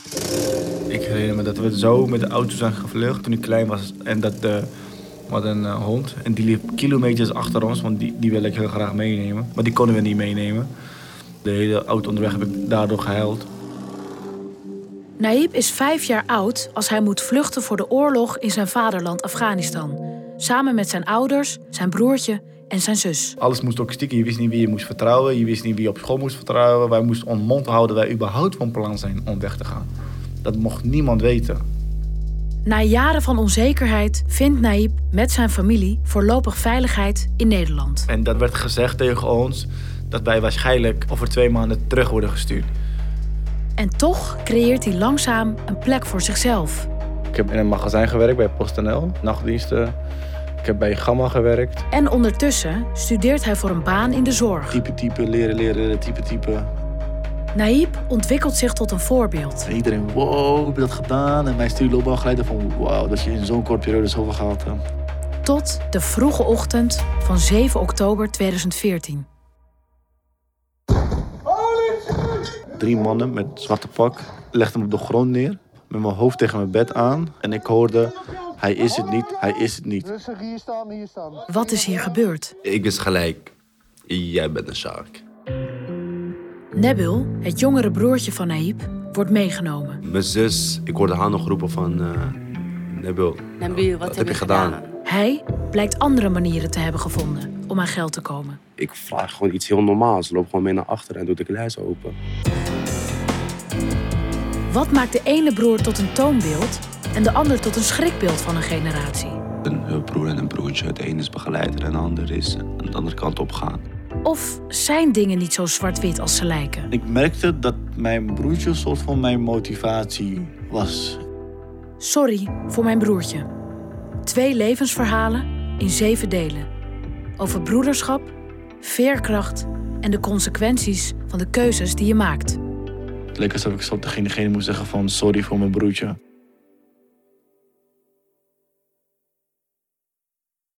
Ik herinner me dat we zo met de auto zijn gevlucht toen ik klein was. En dat we hadden een hond en die liep kilometers achter ons, want die wilde ik heel graag meenemen. Maar die konden we niet meenemen. De hele auto onderweg heb ik daardoor gehuild. Naïb is 5 jaar oud als hij moet vluchten voor de oorlog in zijn vaderland Afghanistan. Samen met zijn ouders, zijn broertje en zijn zus. Alles moest ook stiekem. Je wist niet wie je moest vertrouwen. Je wist niet wie je op school moest vertrouwen. Wij moesten ons mond houden wij überhaupt van plan zijn om weg te gaan. Dat mocht niemand weten. Na jaren van onzekerheid vindt Naïb met zijn familie voorlopig veiligheid in Nederland. En dat werd gezegd tegen ons dat wij waarschijnlijk over 2 maanden terug worden gestuurd. En toch creëert hij langzaam een plek voor zichzelf. Ik heb in een magazijn gewerkt bij PostNL, nachtdiensten. Ik heb bij Gamma gewerkt. En ondertussen studeert hij voor een baan in de zorg. Typen, leren, typen. Naïb ontwikkelt zich tot een voorbeeld. En iedereen, wow, heb je dat gedaan? En mijn studieloopbaangeleider van, wow, dat je in zo'n korte periode zoveel gehaald hebt. Tot de vroege ochtend van 7 oktober 2014. 3 mannen met zwarte pak legden me op de grond neer. Met mijn hoofd tegen mijn bed aan. En ik hoorde, hij is het niet, hij is het niet. Rustig, hier staan. Wat is hier gebeurd? Ik wist gelijk, jij bent een shark. Nebil, het jongere broertje van Naïb, wordt meegenomen. Mijn zus, ik hoorde haar nog roepen van... Nebil, wat heb je gedaan? Hij blijkt andere manieren te hebben gevonden om aan geld te komen. Ik vraag gewoon iets heel normaals. Loop gewoon mee naar achteren en doe de kluis open. Wat maakt de ene broer tot een toonbeeld en de ander tot een schrikbeeld van een generatie? Een broer en een broertje. De ene is begeleider en de ander is aan de andere kant opgaan. Of zijn dingen niet zo zwart-wit als ze lijken? Ik merkte dat mijn broertje een soort van mijn motivatie was. Sorry voor mijn broertje. 2 levensverhalen in 7 delen. Over broederschap, veerkracht en de consequenties van de keuzes die je maakt. Het leek alsof ik zo tegen degene moest zeggen van sorry voor mijn broertje.